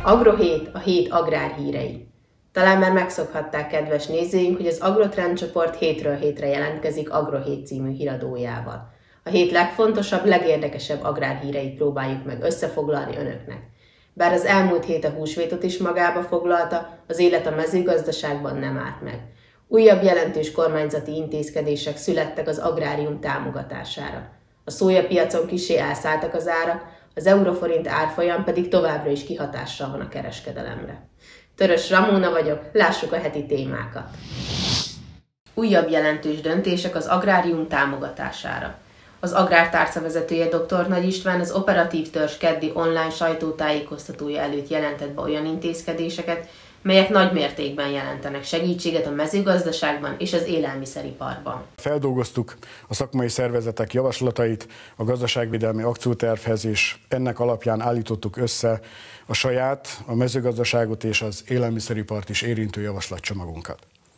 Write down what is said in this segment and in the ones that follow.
Agrohét, a hét agrárhírei. Talán már megszokhatták, kedves nézőink, hogy az Agrotrend csoport hétről hétre jelentkezik Agrohét című híradójával. A hét legfontosabb, legérdekesebb agrárhíreit próbáljuk meg összefoglalni önöknek. Bár az elmúlt hét a húsvétot is magába foglalta, az élet a mezőgazdaságban nem állt meg. Újabb jelentős kormányzati intézkedések születtek az agrárium támogatására. A szójapiacon kissé elszálltak az árak, az euróforint árfolyam pedig továbbra is kihatással van a kereskedelemre. Törös Ramóna vagyok, lássuk a heti témákat. Újabb jelentős döntések az agrárium támogatására. Az Agrártárca vezetője dr. Nagy István az operatív törzs keddi online sajtótájékoztatója előtt jelentett be olyan intézkedéseket, melyek nagy mértékben jelentenek segítséget a mezőgazdaságban és az élelmiszeriparban. Feldolgoztuk a szakmai szervezetek javaslatait a gazdaságvédelmi akciótervhez, és ennek alapján állítottuk össze a saját, a mezőgazdaságot és az élelmiszeripart is érintő javaslatcsomagunkat.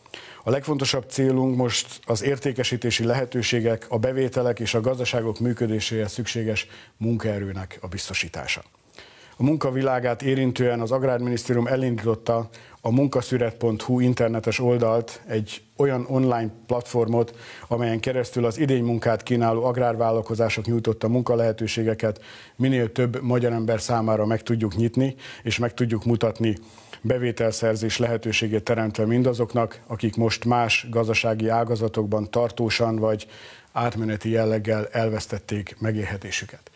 A legfontosabb célunk most az értékesítési lehetőségek, a bevételek és a gazdaságok működéséhez szükséges munkaerőnek a biztosítása. A munkavilágát érintően az Agrárminisztérium elindította a munkaszüret.hu internetes oldalt, egy olyan online platformot, amelyen keresztül az idénymunkát kínáló agrárvállalkozások nyújtotta munkalehetőségeket minél több magyar ember számára meg tudjuk nyitni, és meg tudjuk mutatni, bevételszerzés lehetőségét teremtve mindazoknak, akik most más gazdasági ágazatokban tartósan vagy átmeneti jelleggel elvesztették megélhetésüket.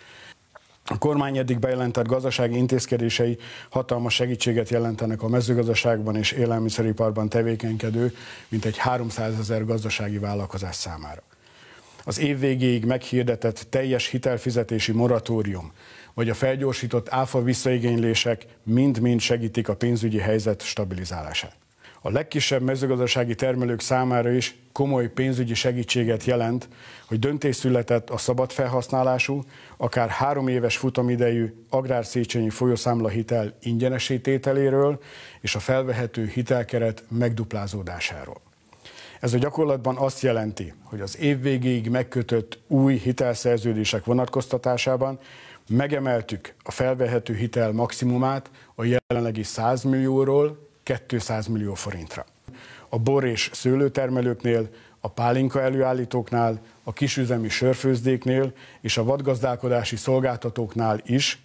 A kormány eddig bejelentett gazdasági intézkedései hatalmas segítséget jelentenek a mezőgazdaságban és élelmiszeriparban tevékenykedő mintegy 300 000 gazdasági vállalkozás számára. Az év végéig meghirdetett teljes hitelfizetési moratórium vagy a felgyorsított áfa visszaigénylések mind-mind segítik a pénzügyi helyzet stabilizálását. A legkisebb mezőgazdasági termelők számára is komoly pénzügyi segítséget jelent, hogy döntés született a szabad felhasználású, akár 3 éves futamidejű agrárszéchenyi folyószámlahitel ingyenesé tételéről és a felvehető hitelkeret megduplázódásáról. Ez a gyakorlatban azt jelenti, hogy az év végéig megkötött új hitelszerződések vonatkoztatásában megemeltük a felvehető hitel maximumát a jelenlegi 100 millióról 200 millió forintra. A bor- és szőlőtermelőknél, a pálinka előállítóknál, a kisüzemi sörfőzdéknél és a vadgazdálkodási szolgáltatóknál is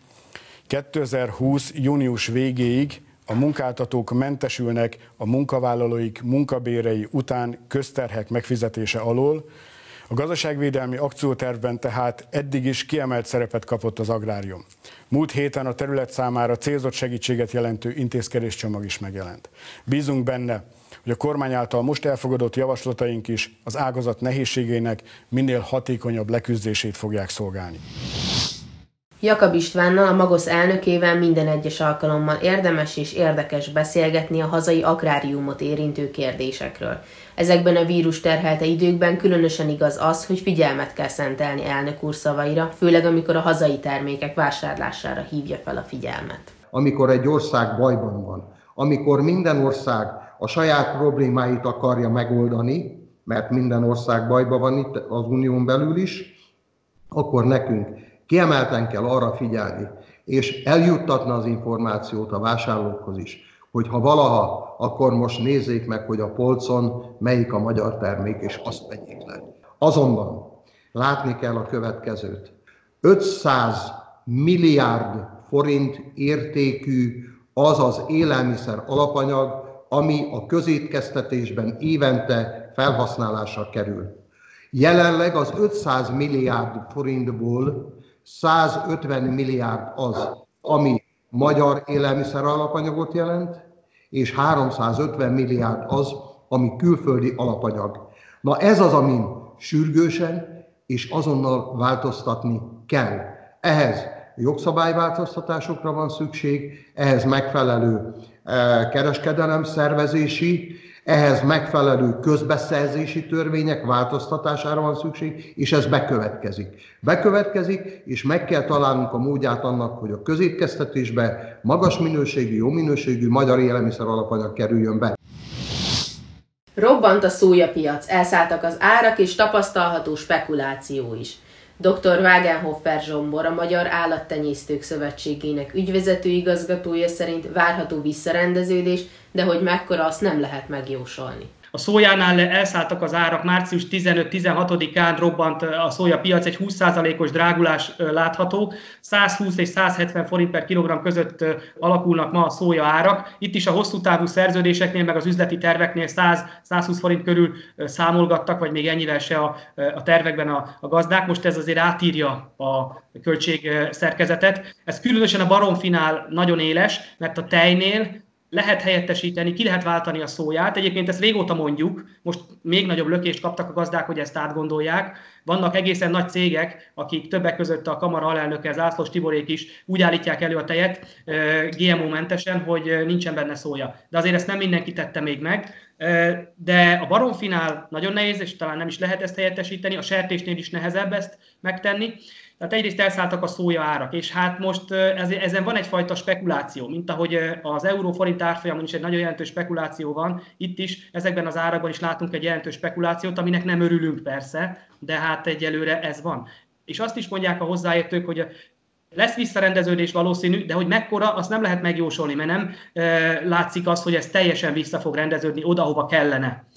2020. június végéig a munkáltatók mentesülnek a munkavállalóik munkabérei után közterhek megfizetése alól. A gazdaságvédelmi akciótervben tehát eddig is kiemelt szerepet kapott az agrárium. Múlt héten a terület számára célzott segítséget jelentő intézkedéscsomag is megjelent. Bízunk benne, hogy a kormány által most elfogadott javaslataink is az ágazat nehézségeinek minél hatékonyabb leküzdését fogják szolgálni. Jakab Istvánnal, a Magosz elnökével minden egyes alkalommal érdemes és érdekes beszélgetni a hazai agráriumot érintő kérdésekről. Ezekben a vírus terhelte időkben különösen igaz az, hogy figyelmet kell szentelni elnök úr szavaira, főleg amikor a hazai termékek vásárlására hívja fel a figyelmet. Amikor egy ország bajban van, amikor minden ország a saját problémáit akarja megoldani, mert minden ország bajban van itt az unión belül is, akkor nekünk kiemelten kell arra figyelni, és eljuttatni az információt a vásárlókhoz is, hogy ha valaha, akkor most nézzék meg, hogy a polcon melyik a magyar termék, és azt vegyék le. Azonban látni kell a következőt. 500 milliárd forint értékű az az élelmiszer alapanyag, ami a közétkeztetésben évente felhasználásra kerül. Jelenleg az 500 milliárd forintból 150 milliárd az, ami magyar élelmiszer alapanyagot jelent, és 350 milliárd az, ami külföldi alapanyag. Na ez az, amin sürgősen és azonnal változtatni kell. Ehhez jogszabályváltoztatásokra van szükség, ehhez megfelelő kereskedelemszervezési, ehhez megfelelő közbeszerzési törvények változtatására van szükség, és ez bekövetkezik. Bekövetkezik, és meg kell találnunk a módját annak, hogy a közétkeztetésbe magas minőségű, jó minőségű magyar élelmiszer alapanyag kerüljön be. Robbant a szójapiac, elszálltak az árak és tapasztalható spekuláció is. Dr. Wagenhofer Zsombor, a Magyar Állattenyésztők Szövetségének ügyvezető igazgatója szerint várható visszarendeződés, de hogy mekkora, azt nem lehet megjósolni. A szójánál elszálltak az árak, március 15-16-án robbant a szójapiac, egy 20%-os drágulás látható, 120 és 170 forint per kilogramm között alakulnak ma a szója árak. Itt is a hosszú távú szerződéseknél, meg az üzleti terveknél 100-120 forint körül számolgattak, vagy még ennyivel se a tervekben a gazdák. Most ez azért átírja a költségszerkezetet. Ez különösen a baromfinál nagyon éles, mert a tejnél lehet helyettesíteni, ki lehet váltani a szóját. Egyébként ezt régóta mondjuk, most még nagyobb lökést kaptak a gazdák, hogy ezt átgondolják. Vannak egészen nagy cégek, akik többek között a kamara alelnöke, Zászlós Tiborék is úgy állítják elő a tejet GMO-mentesen, hogy nincsen benne szója. De azért ezt nem mindenki tette még meg. De a baromfinál nagyon nehéz, és talán nem is lehet ezt helyettesíteni, a sertésnél is nehezebb ezt megtenni. Tehát egyrészt elszálltak a szója árak, és hát most ezen van egyfajta spekuláció, mint ahogy az euró-forint árfolyamon is egy nagyon jelentős spekuláció van, itt is, ezekben az árakban is látunk egy jelentős spekulációt, aminek nem örülünk persze, de hát egyelőre ez van. És azt is mondják a hozzáértők, hogy lesz visszarendeződés valószínű, de hogy mekkora, azt nem lehet megjósolni, mert nem látszik az, hogy ez teljesen vissza fog rendeződni oda, hova kellene.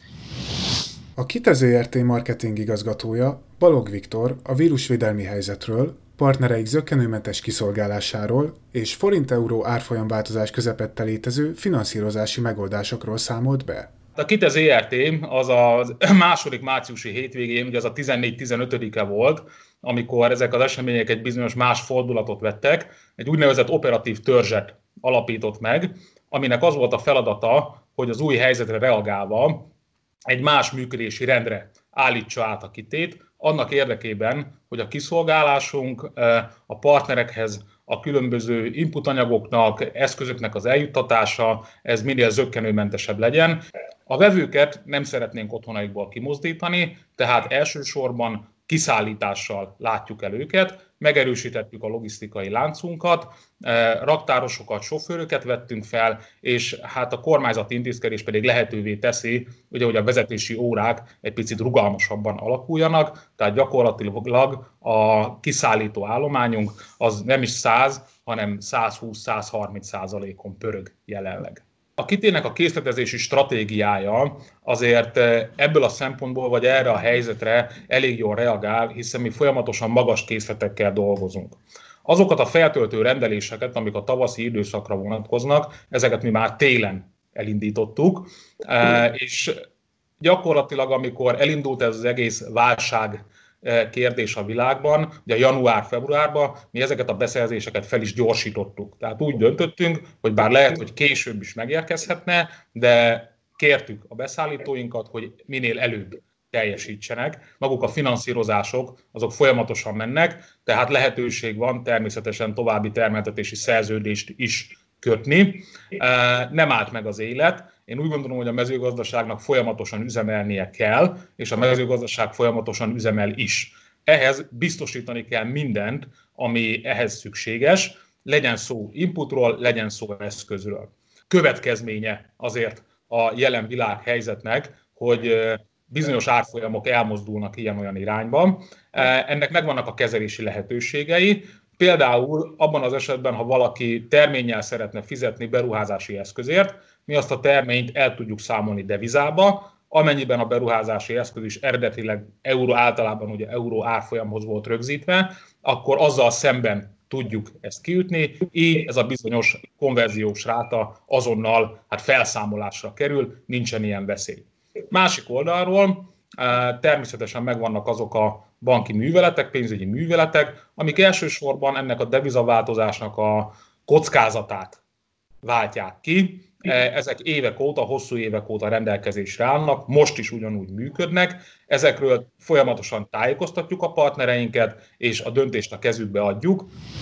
A KITE ZRT marketing igazgatója, Balog Viktor a vírusvédelmi helyzetről, partnereik zökkenőmentes kiszolgálásáról és forint-euró árfolyamváltozás közepette létező finanszírozási megoldásokról számolt be. A KITE ZRT az a második márciusi hétvégén, ugye az a 14-15-e volt, amikor ezek az események egy bizonyos más fordulatot vettek, egy úgynevezett operatív törzset alapított meg, aminek az volt a feladata, hogy az új helyzetre reagálva egy más működési rendre állítsa át a KITE-t, annak érdekében, hogy a kiszolgálásunk a partnerekhez a különböző inputanyagoknak, eszközöknek az eljuttatása, ez minél zökkenőmentesebb legyen. A vevőket nem szeretnénk otthonaikból kimozdítani, tehát elsősorban kiszállítással látjuk el őket, megerősítettük a logisztikai láncunkat, raktárosokat, sofőröket vettünk fel, és hát a kormányzati intézkedés pedig lehetővé teszi, ugye, hogy a vezetési órák egy picit rugalmasabban alakuljanak, tehát gyakorlatilag a kiszállító állományunk az nem is 100, hanem 120-130%-on pörög jelenleg. A KITE-nek a készletezési stratégiája azért ebből a szempontból, vagy erre a helyzetre elég jól reagál, hiszen mi folyamatosan magas készletekkel dolgozunk. Azokat a feltöltő rendeléseket, amik a tavaszi időszakra vonatkoznak, ezeket mi már télen elindítottuk, és gyakorlatilag amikor elindult ez az egész válság kérdés a világban, ugye január-februárban mi ezeket a beszerzéseket fel is gyorsítottuk. Tehát úgy döntöttünk, hogy bár lehet, hogy később is megérkezhetne, de kértük a beszállítóinkat, hogy minél előbb teljesítsenek. Maguk a finanszírozások, azok folyamatosan mennek, tehát lehetőség van természetesen további termeltetési szerződést is kötni. Nem állt meg az élet. Én úgy gondolom, hogy a mezőgazdaságnak folyamatosan üzemelnie kell, és a mezőgazdaság folyamatosan üzemel is. Ehhez biztosítani kell mindent, ami ehhez szükséges, legyen szó inputról, legyen szó eszközről. Következménye azért a jelen világhelyzetnek, hogy bizonyos árfolyamok elmozdulnak ilyen-olyan irányba. Ennek megvannak a kezelési lehetőségei. Például abban az esetben, ha valaki terménnyel szeretne fizetni beruházási eszközért, mi azt a terményt el tudjuk számolni devizába, amennyiben a beruházási eszköz is eredetileg általában ugye euró árfolyamhoz volt rögzítve, akkor azzal szemben tudjuk ezt kiütni, így ez a bizonyos konverziós ráta azonnal felszámolásra kerül, nincsen ilyen veszély. Másik oldalról természetesen megvannak azok a banki műveletek, pénzügyi műveletek, amik elsősorban ennek a devizaváltozásnak a kockázatát váltják ki. Ezek évek óta, hosszú évek óta rendelkezésre állnak, most is ugyanúgy működnek. Ezekről folyamatosan tájékoztatjuk a partnereinket, és a döntést a kezükbe adjuk.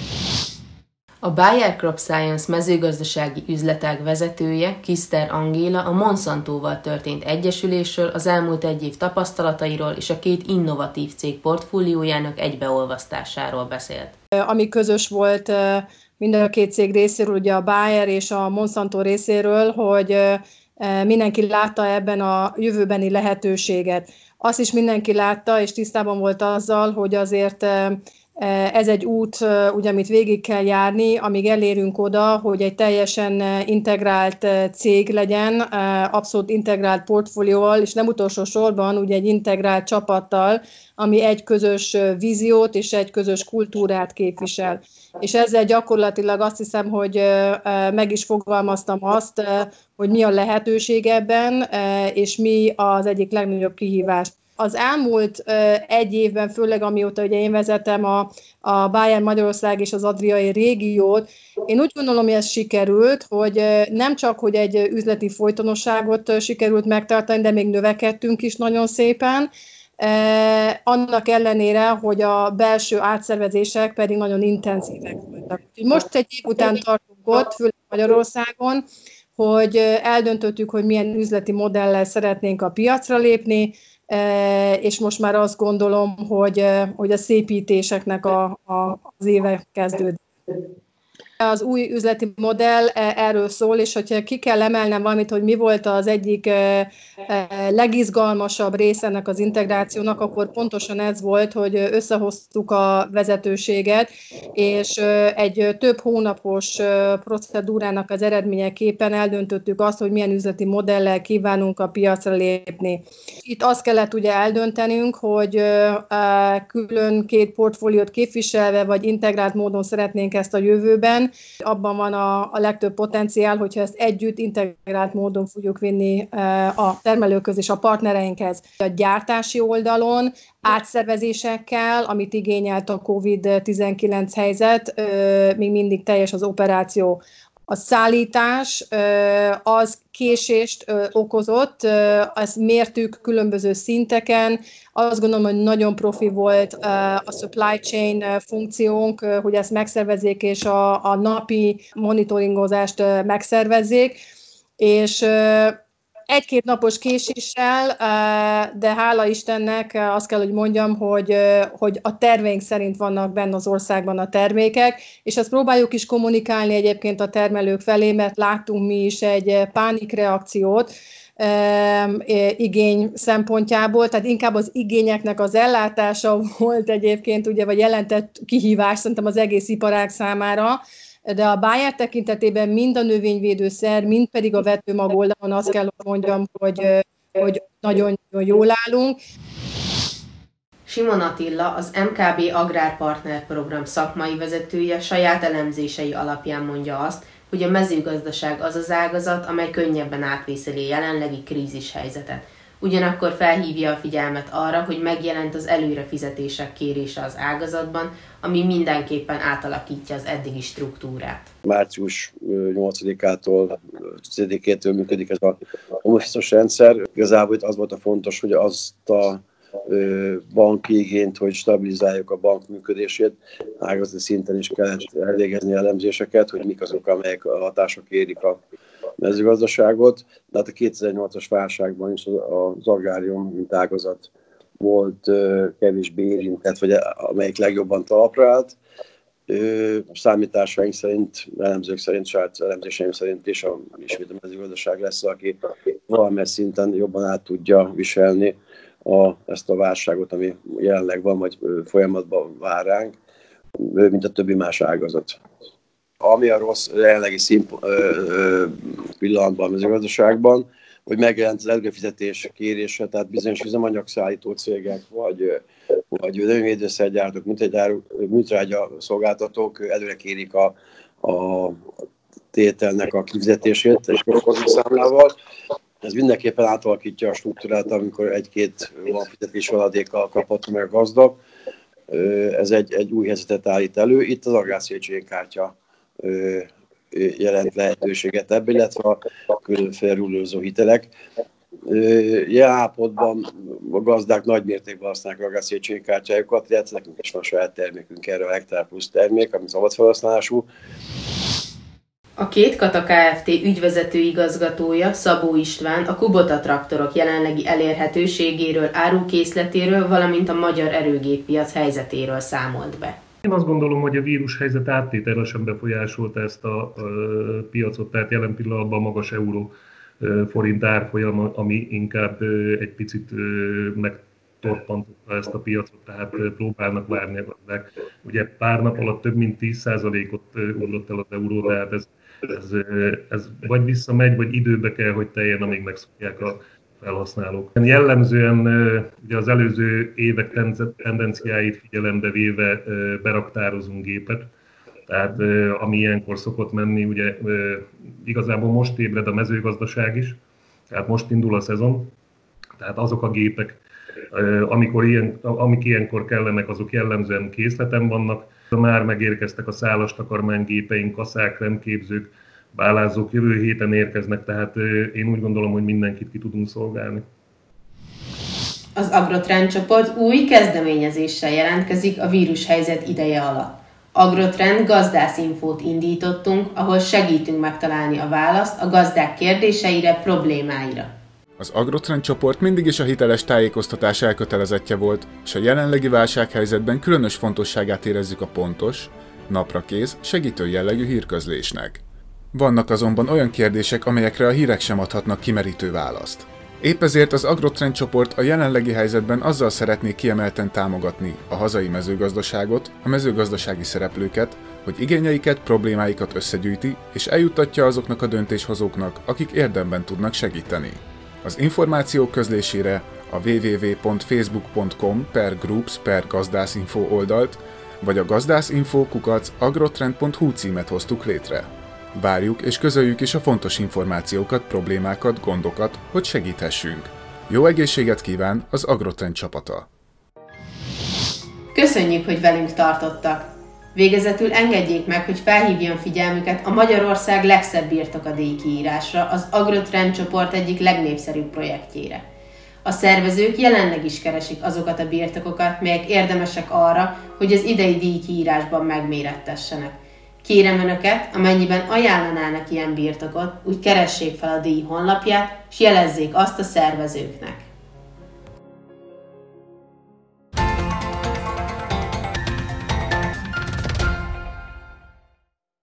A Bayer Crop Science mezőgazdasági üzletág vezetője, Kiszter Angéla a Monsantóval történt egyesülésről, az elmúlt egy év tapasztalatairól és a két innovatív cég portfóliójának egybeolvasztásáról beszélt. Ami közös volt mind a két cég részéről, ugye a Bayer és a Monsanto részéről, hogy mindenki látta ebben a jövőbeni lehetőséget. Azt is mindenki látta, és tisztában volt azzal, hogy azért ez egy út, ugye, amit végig kell járni, amíg elérünk oda, hogy egy teljesen integrált cég legyen, abszolút integrált portfólióval, és nem utolsó sorban ugye egy integrált csapattal, ami egy közös víziót és egy közös kultúrát képvisel. És ezzel gyakorlatilag azt hiszem, hogy meg is fogalmaztam azt, hogy mi a lehetőség ebben, és mi az egyik legnagyobb kihívás. Az elmúlt egy évben, főleg amióta ugye én vezetem a Bayern Magyarország és az Adriai régiót, én úgy gondolom, hogy ez sikerült, hogy nem csak, hogy egy üzleti folytonosságot sikerült megtartani, de még növekedtünk is nagyon szépen, annak ellenére, hogy a belső átszervezések pedig nagyon intenzívek voltak. Most egy év után tartunk ott, főleg Magyarországon, hogy eldöntöttük, hogy milyen üzleti modellel szeretnénk a piacra lépni, és most már azt gondolom, hogy a szépítéseknek az éve kezdődik. Az új üzleti modell erről szól, és hogyha ki kell emelnem valamit, hogy mi volt az egyik legizgalmasabb része ennek az integrációnak, akkor pontosan ez volt, hogy összehoztuk a vezetőséget, és egy több hónapos procedúrának az eredményeképpen eldöntöttük azt, hogy milyen üzleti modellel kívánunk a piacra lépni. Itt azt kellett ugye eldöntenünk, hogy külön két portfóliót képviselve, vagy integrált módon szeretnénk ezt a jövőben. Abban van a legtöbb potenciál, hogyha ezt együtt integrált módon fogjuk vinni a termelőkhöz és a partnereinkhez. A gyártási oldalon átszervezésekkel, amit igényelt a COVID-19 helyzet, még mindig teljes az operáció. A szállítás az késést okozott, ezt mértük különböző szinteken. Azt gondolom, hogy nagyon profi volt a supply chain funkciónk, hogy ezt megszervezzék, és a napi monitoringozást megszervezzék. És egy-két napos késéssel, de hála Istennek azt kell, hogy mondjam, hogy a terveink szerint vannak benne az országban a termékek, és ezt próbáljuk is kommunikálni egyébként a termelők felé, mert láttunk mi is egy pánikreakciót igény szempontjából, tehát inkább az igényeknek az ellátása volt egyébként, ugye, vagy jelentett kihívás szerintem az egész iparág számára, de a Bayer tekintetében mind a növényvédőszer, mind pedig a vetőmag oldalon azt kell, hogy mondjam, hogy nagyon jól állunk. Simon Attila, az MKB Agrárpartner Program szakmai vezetője saját elemzései alapján mondja azt, hogy a mezőgazdaság az az ágazat, amely könnyebben átvészeli a jelenlegi krízishelyzetet. Ugyanakkor felhívja a figyelmet arra, hogy megjelent az előrefizetések kérése az ágazatban, ami mindenképpen átalakítja az eddigi struktúrát. Március 8-ától 10-től működik ez a homofizos rendszer. Igazából itt az volt a fontos, hogy azt a banki igényt, hogy stabilizáljuk a bank működését, ágazati szinten is kellett elvégezni elemzéseket, hogy mik azok, amelyek a hatások érik a mezőgazdaságot. De hát a 2008-as válságban is az agrárium, mint ágazat volt kevésbé érintett, vagy amelyik legjobban talpra állt. Számításaink szerint, elemzők szerint, saját elemzéseim szerint is ismét a mezőgazdaság lesz, aki valamely szinten jobban át tudja viselni ezt a válságot, ami jelenleg van, vagy folyamatban vár ránk, mint a többi más ágazat. Ami a rossz jelenlegi pillanatban a mezőgazdaságban, hogy megjelent az előfizetés kérése, tehát bizonyos üzemanyagszállító cégek, vagy növényvédőszergyártók, műtrágya szolgáltatók előre kérik a tételnek a kifizetését egy korrektúr számlával. Ez mindenképpen átalakítja a struktúrát, amikor egy-két fizetés valadékkal kapható meg a gazdag. Ez egy új helyzetet állít elő. Itt az agrárszövetségkártya jelent lehetőséget ebből, illetve a különféle rullózó hitelek. Jelen állapotban a gazdák nagy mértékben használják a agrárszövetségkártyájukat, illetve nekünk is van saját termékünk erre, a Hektár Plusz termék, ami szabad felhasználású. A Kétkata Kft. Ügyvezető igazgatója, Szabó István a Kubota traktorok jelenlegi elérhetőségéről, árukészletéről, valamint a magyar erőgéppiac helyzetéről számolt be. Én azt gondolom, hogy a vírushelyzet áttételesen befolyásolta ezt a piacot, tehát jelen pillanatban magas euró forint árfolyam, ami inkább egy picit megtorpantotta ezt a piacot, tehát próbálnak várni a gazdák. Ugye pár nap alatt több mint 10%-ot ugrott el az euró, tehát ez vagy visszamegy, vagy időbe kell, hogy teljen, amíg megszokják a felhasználók. Jellemzően ugye az előző évek tendenciáit figyelembe véve beraktározunk gépet, tehát ami ilyenkor szokott menni, ugye igazából most ébred a mezőgazdaság is, tehát most indul a szezon, tehát azok a gépek, amik ilyenkor kellenek, azok jellemzően készleten vannak. Már megérkeztek a szálas takarmánygépeink, kaszák, remképzők, bálázók jövő héten érkeznek, tehát én úgy gondolom, hogy mindenkit ki tudunk szolgálni. Az Agrotrend csoport új kezdeményezéssel jelentkezik a vírushelyzet ideje alatt. Agrotrend gazdászinfót indítottunk, ahol segítünk megtalálni a választ a gazdák kérdéseire, problémáira. Az Agrotrend csoport mindig is a hiteles tájékoztatás elkötelezettje volt, és a jelenlegi válsághelyzetben különös fontosságát érezzük a pontos, naprakész, segítő jellegű hírközlésnek. Vannak azonban olyan kérdések, amelyekre a hírek sem adhatnak kimerítő választ. Épp ezért az Agrotrend csoport a jelenlegi helyzetben azzal szeretné kiemelten támogatni a hazai mezőgazdaságot, a mezőgazdasági szereplőket, hogy igényeiket, problémáikat összegyűjti és eljuttatja azoknak a döntéshozóknak, akik érdemben tudnak segíteni. Az információk közlésére a www.facebook.com/groups/gazdászinfo oldalt vagy a gazdászinfo@agrotrend.hu címet hoztuk létre. Várjuk és közöljük is a fontos információkat, problémákat, gondokat, hogy segíthessünk. Jó egészséget kíván az Agrotrend csapata! Köszönjük, hogy velünk tartottak! Végezetül engedjék meg, hogy felhívjam figyelmüket a Magyarország legszebb birtoka díjkiírásra, az Agrotrend csoport egyik legnépszerűbb projektjére. A szervezők jelenleg is keresik azokat a birtokokat, melyek érdemesek arra, hogy az idei díjkiírásban megmérettessenek. Kérem Önöket, amennyiben ajánlanának ilyen birtokot, úgy keressék fel a díj honlapját, és jelezzék azt a szervezőknek.